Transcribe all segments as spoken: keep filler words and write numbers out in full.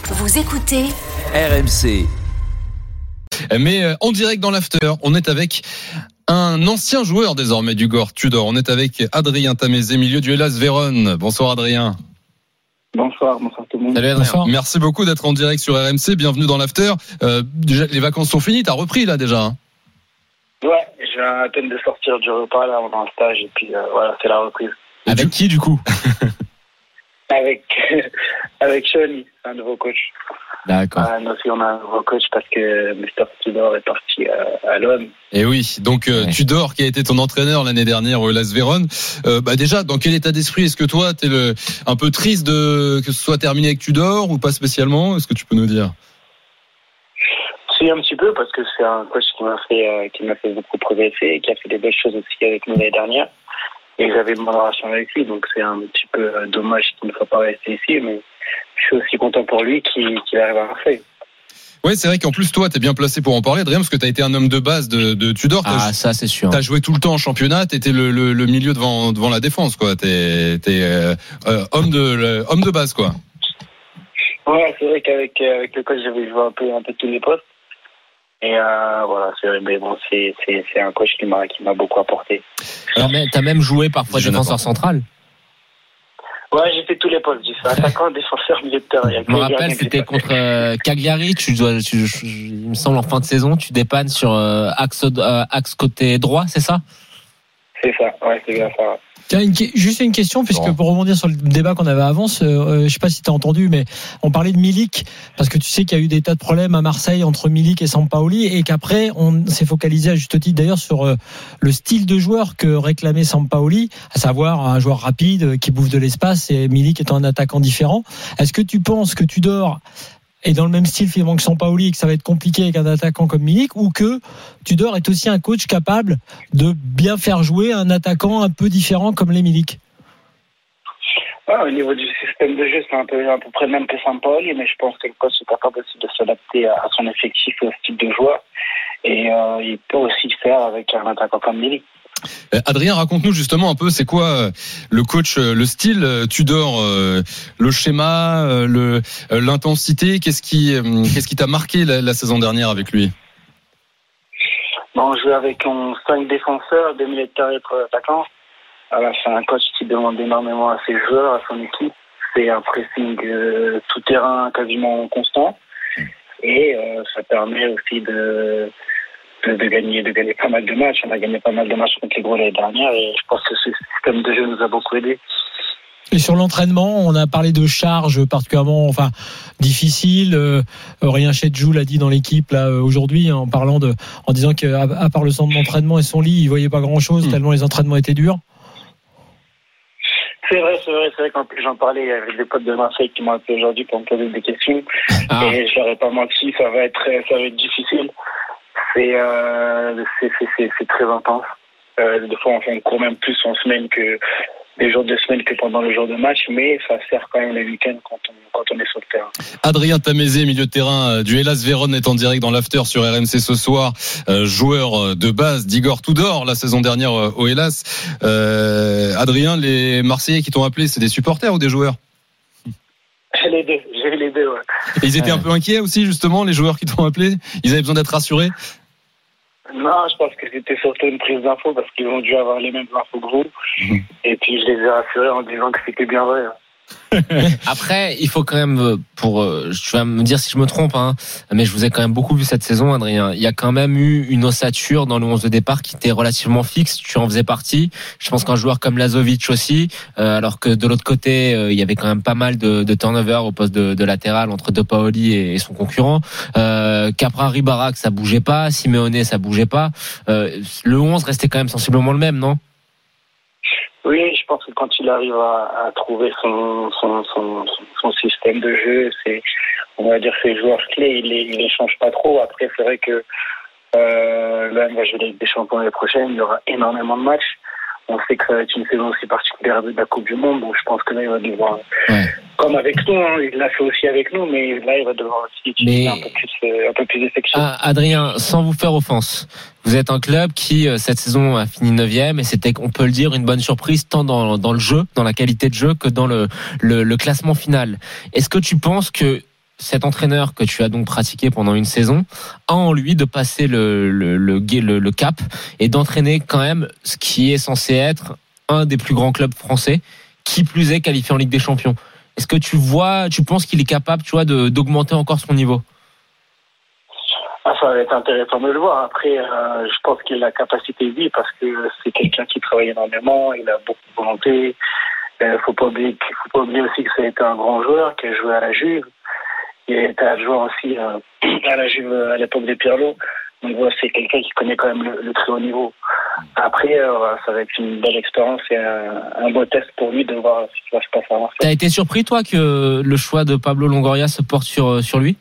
Vous écoutez R M C. Mais en direct dans l'after, on est avec un ancien joueur désormais du Gore Tudor. On est avec Adrien Tamézé, milieu du Hellas Vérone. Bonsoir Adrien. Bonsoir, bonsoir tout le monde. Salut Adrien. Bonsoir. Merci beaucoup d'être en direct sur R M C. Bienvenue dans l'after. Euh, déjà, les vacances sont finies. T'as repris là déjà hein? Ouais, je viens à peine de sortir du repas là, on est en stage et puis euh, voilà, c'est la reprise. Avec qui du coup? Avec avec Sean, un nouveau coach. D'accord. Ah, nous aussi, on a un nouveau coach parce que mister Tudor est parti à, à l'O M. Et oui, donc euh, ouais. Tudor qui a été ton entraîneur l'année dernière au Hellas Vérone. Euh, bah déjà, dans quel état d'esprit est-ce que toi, t'es le un peu triste de que ce soit terminé avec Tudor ou pas spécialement? Est-ce que tu peux nous dire? Si, un petit peu parce que c'est un coach qui m'a fait euh, qui m'a fait beaucoup progresser et qui a fait des belles choses aussi avec nous l'année dernière. Et j'avais une bonne relation avec lui, donc c'est un petit peu euh, dommage qu'il ne soit pas resté ici, mais je suis aussi content pour lui qu'il, qu'il arrive à Marseille. Oui, c'est vrai qu'en plus, toi, t'es bien placé pour en parler, Adrien, parce que t'as été un homme de base de, de Tudor. Ah, t'as, ça, c'est sûr. T'as joué tout le temps en championnat, t'étais le, le, le milieu devant, devant la défense, quoi. T'es, t'es euh, euh, homme de, le, homme de base, quoi. Ouais, c'est vrai qu'avec avec le coach, j'avais joué un peu, un peu tous les postes. Et euh, voilà, c'est vrai, mais bon, c'est, c'est, c'est un coach qui m'a, qui m'a beaucoup apporté. Alors, mais t'as même joué parfois défenseur central. Ouais, j'ai fait tous les postes. J'ai fait attaquant, défenseur, milieu de terrain. Je me rappelle, c'était contre euh, Cagliari. Tu dois, tu, tu, il me semble en fin de saison, tu dépannes sur euh, axe, euh, axe côté droit, c'est ça? C'est ça, ouais, c'est bien ça. Tiens, une, juste une question, puisque bon. Pour rebondir sur le débat qu'on avait avant, euh, je sais pas si tu as entendu, mais on parlait de Milik, parce que tu sais qu'il y a eu des tas de problèmes à Marseille entre Milik et Sampaoli, et qu'après, on s'est focalisé à juste titre d'ailleurs sur euh, le style de joueur que réclamait Sampaoli, à savoir un joueur rapide, euh, qui bouffe de l'espace, et Milik étant un attaquant différent. Est-ce que tu penses que Tudor est dans le même style finalement que Sampaoli et que ça va être compliqué avec un attaquant comme Milik, ou que Tudor est aussi un coach capable de bien faire jouer un attaquant un peu différent comme les Milik? Ouais, au niveau du système de jeu, c'est un peu à peu près le même que Sampaoli, mais je pense que le coach est capable aussi de s'adapter à son effectif et au style de joueur, et euh, il peut aussi le faire avec un attaquant comme Milik. Adrien, raconte-nous justement un peu, c'est quoi le coach, le style Tudor, le schéma, le, l'intensité, qu'est-ce qui, qu'est-ce qui t'a marqué la, la saison dernière avec lui? Bon, on joue avec cinq défenseurs, deux milieux de terrain et trois attaquants. Alors, c'est un coach qui demande énormément à ses joueurs, à son équipe. C'est un pressing euh, tout terrain quasiment constant, et euh, ça permet aussi de De, de gagner de gagner pas mal de matchs. On a gagné pas mal de matchs contre les gros l'année dernière, et je pense que ce système de jeu nous a beaucoup aidé. Et sur l'entraînement, on a parlé de charges particulièrement, enfin difficiles. Euh, Rien Chedjou l'a dit dans l'équipe là aujourd'hui, en parlant de, en disant qu'à à part le centre d'entraînement et son lit, il voyait pas grand-chose mmh. tellement les entraînements étaient durs. C'est vrai, c'est vrai, c'est vrai qu'en plus j'en parlais avec des potes de Marseille qui m'ont appelé aujourd'hui pour me poser des questions, ah. et je leur ai pas menti, ça va être ça va être difficile. C'est, euh, c'est, c'est, c'est, c'est très intense. Euh, des fois, on court même plus en semaine que les jours de semaine que pendant le jour de match, mais ça sert quand même le week-end quand on, quand on est sur le terrain. Adrien Tamézé, milieu de terrain du Hellas Vérone, est en direct dans l'after sur R M C ce soir. Euh, joueur de base d'Igor Tudor la saison dernière au Hellas. Euh, Adrien, les Marseillais qui t'ont appelé, c'est des supporters ou des joueurs? Les deux, j'ai eu les deux, ouais. Et ils étaient un peu inquiets aussi, justement, les joueurs qui t'ont appelé? Ils avaient besoin d'être rassurés? Non, je pense que c'était surtout une prise d'infos parce qu'ils ont dû avoir les mêmes infos que vous. Mmh. Et puis je les ai rassurés en disant que c'était bien vrai. Après, il faut quand même, pour, tu vas me dire si je me trompe, hein, mais je vous ai quand même beaucoup vu cette saison, Adrien. Il y a quand même eu une ossature dans le onze de départ qui était relativement fixe. Tu en faisais partie. Je pense qu'un joueur comme Lazovic aussi, euh, alors que de l'autre côté, euh, il y avait quand même pas mal de, de turnover au poste de, de latéral entre De Paoli et, et son concurrent. Euh, Capra, Ribarak, ça bougeait pas. Simeone, ça bougeait pas. Euh, le onze restait quand même sensiblement le même, non? Oui, je pense que quand il arrive à, à trouver son, son, son, son système de jeu, c'est, on va dire, ses joueurs clés, il les, il les change pas trop. Après, c'est vrai que euh, là, il va jouer la Ligue des Champions l'année prochaine, il y aura énormément de matchs. On sait que ça va être une saison aussi particulière de la Coupe du Monde, donc je pense que là, il va devoir, ouais. comme avec nous, hein, il l'a fait aussi avec nous, mais là, il va devoir aussi utiliser mais... un peu plus, un peu plus d'effectifs. Ah, Adrien, sans vous faire offense, vous êtes un club qui, cette saison, a fini neuvième, et c'était, on peut le dire, une bonne surprise, tant dans, dans le jeu, dans la qualité de jeu, que dans le, le, le classement final. Est-ce que tu penses que cet entraîneur que tu as donc pratiqué pendant une saison a en lui de passer le, le, le, le, le cap et d'entraîner quand même ce qui est censé être un des plus grands clubs français, qui plus est qualifié en Ligue des Champions. Est-ce que tu vois, tu penses qu'il est capable, tu vois, de, d'augmenter encore son niveau? Ah, ça va être intéressant de le voir. Après, euh, je pense qu'il a la capacité, oui, parce que c'est quelqu'un qui travaille énormément, il a beaucoup de volonté. Il euh, faut pas oublier, faut pas oublier aussi que ça a été un grand joueur qui a joué à la Juve. Il était adjoint aussi euh, à la Juve à l'époque de Pirlo. Donc voilà, c'est quelqu'un qui connaît quand même le, le très haut niveau. Après, euh, ça va être une belle expérience et un, un beau test pour lui de voir ce qui va se passer à Marseille. T'as été surpris, toi, que le choix de Pablo Longoria se porte sur, sur lui?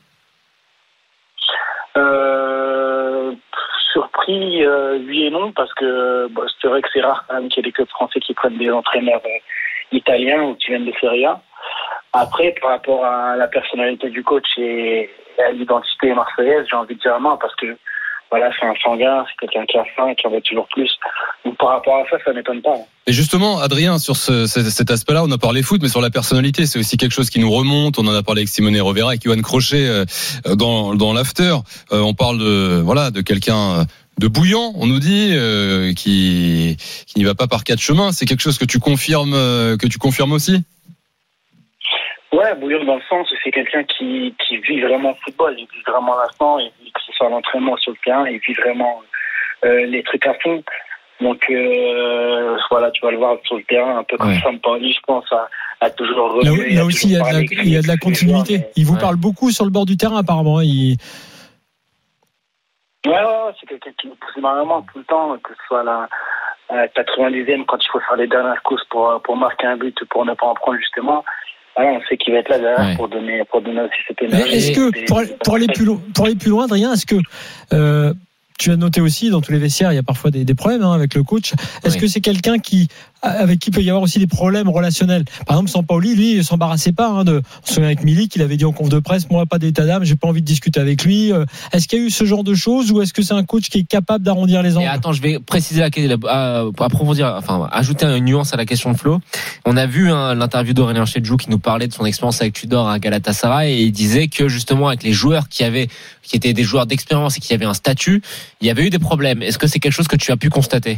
euh, Surpris, euh, oui et non, parce que bon, c'est vrai que c'est rare quand même qu'il y ait des clubs français qui prennent des entraîneurs euh, italiens ou qui viennent de Serie A. Après, par rapport à la personnalité du coach et à l'identité marseillaise, j'ai envie de dire non, parce que voilà, c'est un sanguin, c'est quelqu'un qui a faim et qui en veut toujours plus. Donc par rapport à ça, ça m'étonne pas. Et justement, Adrien, sur ce, cet aspect-là, on a parlé foot, mais sur la personnalité, c'est aussi quelque chose qui nous remonte. On en a parlé avec Simone Rovera, avec Yoann Crochet dans, dans l'after. On parle de, voilà, de quelqu'un de bouillant, on nous dit, euh, qui, qui n'y va pas par quatre chemins. C'est quelque chose que tu confirmes, que tu confirmes aussi? Ouais, bouillant dans le sens où c'est quelqu'un qui, qui vit vraiment le football, il vit vraiment l'instant, il vit que ce soit à l'entraînement sur le terrain, il vit vraiment euh, les trucs à fond. Donc euh, voilà, tu vas le voir sur le terrain, un peu comme ouais. Sampaoli, je pense, à, à toujours remuer. Là, là aussi, il y a de la, il y a de la continuité. Joueurs, il vous ouais. parle beaucoup sur le bord du terrain, apparemment. Il... Ouais, ouais, ouais, c'est quelqu'un qui nous pousse énormément tout le temps, que ce soit la, la quatre-vingt-dixième, quand il faut faire les dernières courses pour, pour marquer un but, pour ne pas en prendre justement. Ah, on sait qu'il va être là derrière ouais. pour donner pour donner aussi cette énergie. Est-ce que pour, pour aller plus loin, pour aller plus loin, Adrien, est-ce que euh, tu as noté aussi dans tous les vestiaires, il y a parfois des, des problèmes hein, avec le coach. Est-ce oui. que c'est quelqu'un qui avec qui peut y avoir aussi des problèmes relationnels? Par exemple, Sampaoli, lui, il s'embarrassait pas. Hein, de, on se souvient avec Milik, il avait dit en conf de presse, moi, pas d'état d'âme, j'ai pas envie de discuter avec lui. Est-ce qu'il y a eu ce genre de choses ou est-ce que c'est un coach qui est capable d'arrondir les angles? Et attends, je vais préciser la question, euh, pour approfondir, enfin, ajouter une nuance à la question de Flo. On a vu hein, l'interview d'Aurélien Chedjou qui nous parlait de son expérience avec Tudor à Galatasaray et il disait que justement avec les joueurs qui avaient, qui étaient des joueurs d'expérience et qui avaient un statut, il y avait eu des problèmes. Est-ce que c'est quelque chose que tu as pu constater?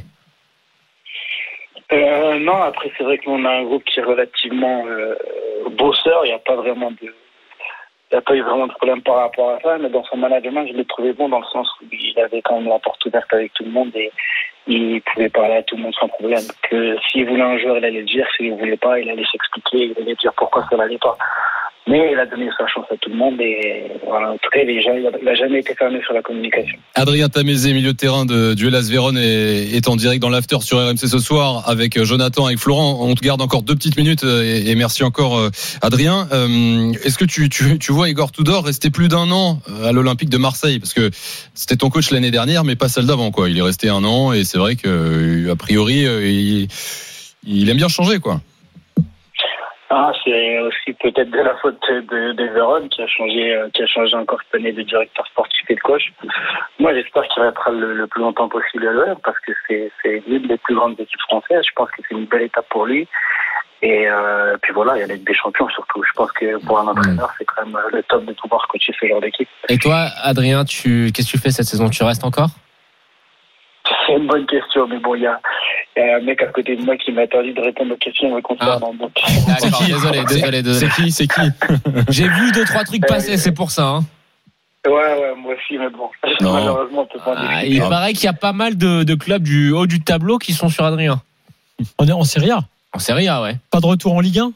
Euh, non, après c'est vrai qu'on a un groupe qui est relativement euh, bosseur, il n'y a pas vraiment de, il n'y a pas eu vraiment de problème par rapport à ça, mais dans son management, je l'ai trouvé bon dans le sens où il avait quand même la porte ouverte avec tout le monde et il pouvait parler à tout le monde sans problème. Que s'il voulait un joueur, il allait le dire, s'il ne voulait pas, il allait s'expliquer, il allait dire pourquoi ça n'allait pas. Mais il a donné sa chance à tout le monde et voilà, en tout cas, les gens, il n'a jamais été fermé sur la communication. Adrien Tamézé, milieu de terrain de, du Hellas Vérone, est, est en direct dans l'after sur R M C ce soir avec Jonathan, avec Florent. On te garde encore deux petites minutes et, et merci encore Adrien. Euh, est-ce que tu, tu, tu vois Igor Tudor rester plus d'un an à l'Olympique de Marseille? Parce que c'était ton coach l'année dernière, mais pas celle d'avant, quoi. Il est resté un an et c'est vrai que, a priori, il, il aime bien changer, quoi. Ah, c'est aussi peut-être de la faute de, de Vérone qui a changé, qui a changé encore cette année de directeur sportif et de coach. Moi, j'espère qu'il restera le, le plus longtemps possible à l'O M parce que c'est, c'est l'une des plus grandes équipes françaises. Je pense que c'est une belle étape pour lui. Et euh, puis voilà, il y a la Ligue des Champions surtout. Je pense que pour un entraîneur, c'est quand même le top de pouvoir coacher ce genre d'équipe. Et toi, Adrien, tu, qu'est-ce que tu fais cette saison? Tu restes encore? C'est une bonne question, mais bon, il y a, y a un mec à côté de moi qui m'a interdit de répondre aux questions me concernant. Ah. Donc... C'est qui? Désolé, désolé, désolé. C'est qui? C'est qui? J'ai vu deux, trois trucs passer, euh, c'est pour ça. Hein. Ouais, ouais, moi aussi, mais bon. Non. Malheureusement, on peut pas ah, il paraît qu'il y a pas mal de, de clubs du haut du tableau qui sont sur Adrien. On est en Serie A. En Serie A, ouais. Pas de retour en Ligue un?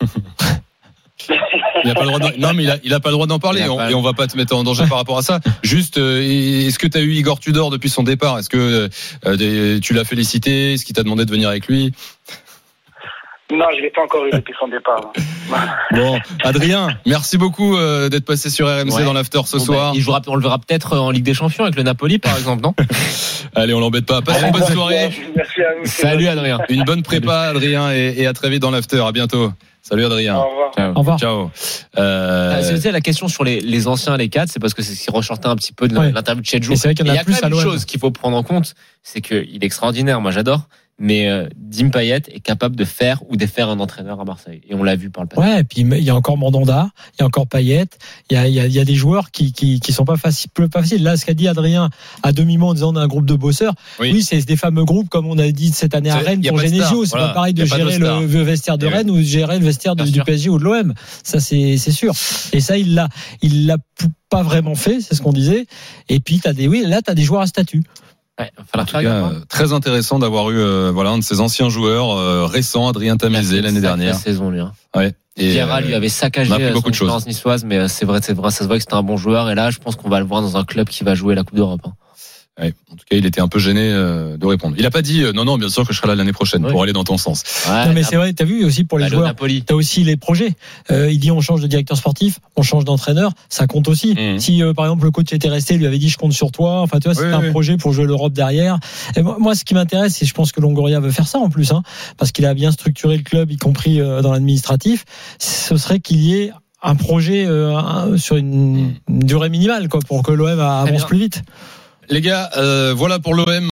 Il a pas le droit non mais il a, il a pas le droit d'en parler et on, pas... et on va pas te mettre en danger par rapport à ça. Juste, euh, est-ce que tu as eu Igor Tudor depuis son départ? Est-ce que euh, des, tu l'as félicité? Est-ce qu'il t'a demandé de venir avec lui? Non, je l'ai pas encore eu depuis son départ. Bon, Adrien, merci beaucoup euh, d'être passé sur R M C ouais. dans l'after ce bon, soir. Ben, il jouera, on le verra peut-être en Ligue des Champions avec le Napoli par exemple, non? Allez, on l'embête pas. Passe une bonne soirée. Merci à vous. Salut Adrien. Une bonne prépa Adrien et, et à très vite dans l'after. À bientôt. Salut Adrien. Au revoir. Ciao. Au revoir. Ciao. Euh... C'était la question sur les, les anciens, les cadres, c'est parce que c'est ce qui ressortait un petit peu de ouais. l'interview de Chedjou. Et c'est vrai qu'il y en a, il y a plus quand même à une chose qu'il faut prendre en compte, c'est qu'il est extraordinaire. Moi, j'adore. mais euh, Dim Payet est capable de faire ou défaire un entraîneur à Marseille. Et on l'a vu par le passé. Ouais, et puis il y a encore Mandanda, il y a encore Payet, il y a, il y a, il y a des joueurs qui, qui, qui sont pas faciles, pas faciles. Là, ce qu'a dit Adrien à demi-mot en disant on a un groupe de bosseurs. Oui, oui c'est des fameux groupes, comme on a dit cette année à Rennes pour Genesio. C'est voilà. Pas pareil de gérer de le vestiaire de Rennes ou de gérer le vestiaire de, du P S G ou de l'O M. Ça, c'est, c'est sûr. Et ça, il l'a, il l'a pas vraiment fait, c'est ce qu'on disait. Et puis, t'as des, oui, là, t'as des joueurs à statut. Ouais, en tout cas, euh, très intéressant d'avoir eu euh, voilà un de ces anciens joueurs euh, récents, Adrien Tamézé, l'année dernière. Saison, lui, hein. Ouais. Et Vieira lui avait saccagé son expérience niçoise, mais c'est vrai, c'est vrai, ça se voit que c'était un bon joueur. Et là, je pense qu'on va le voir dans un club qui va jouer la Coupe d'Europe. Hein. Ouais, en tout cas, il était un peu gêné euh, de répondre. Il a pas dit euh, non, non, bien sûr que je serai là l'année prochaine oui. pour aller dans ton sens. Ouais, non, mais c'est vrai, t'as vu aussi pour les bah, joueurs, t'as aussi les projets. Euh, il dit on change de directeur sportif, on change d'entraîneur, ça compte aussi. Mmh. Si euh, par exemple le coach était resté, lui avait dit je compte sur toi. Enfin, tu vois, c'était oui, un oui. projet pour jouer l'Europe derrière. Et moi, ce qui m'intéresse, c'est je pense que Longoria veut faire ça en plus, hein, parce qu'il a bien structuré le club, y compris euh, dans l'administratif. Ce serait qu'il y ait un projet euh, un, sur une, une durée minimale, quoi, pour que l'O M avance plus vite. Les gars, euh, voilà pour l'O M.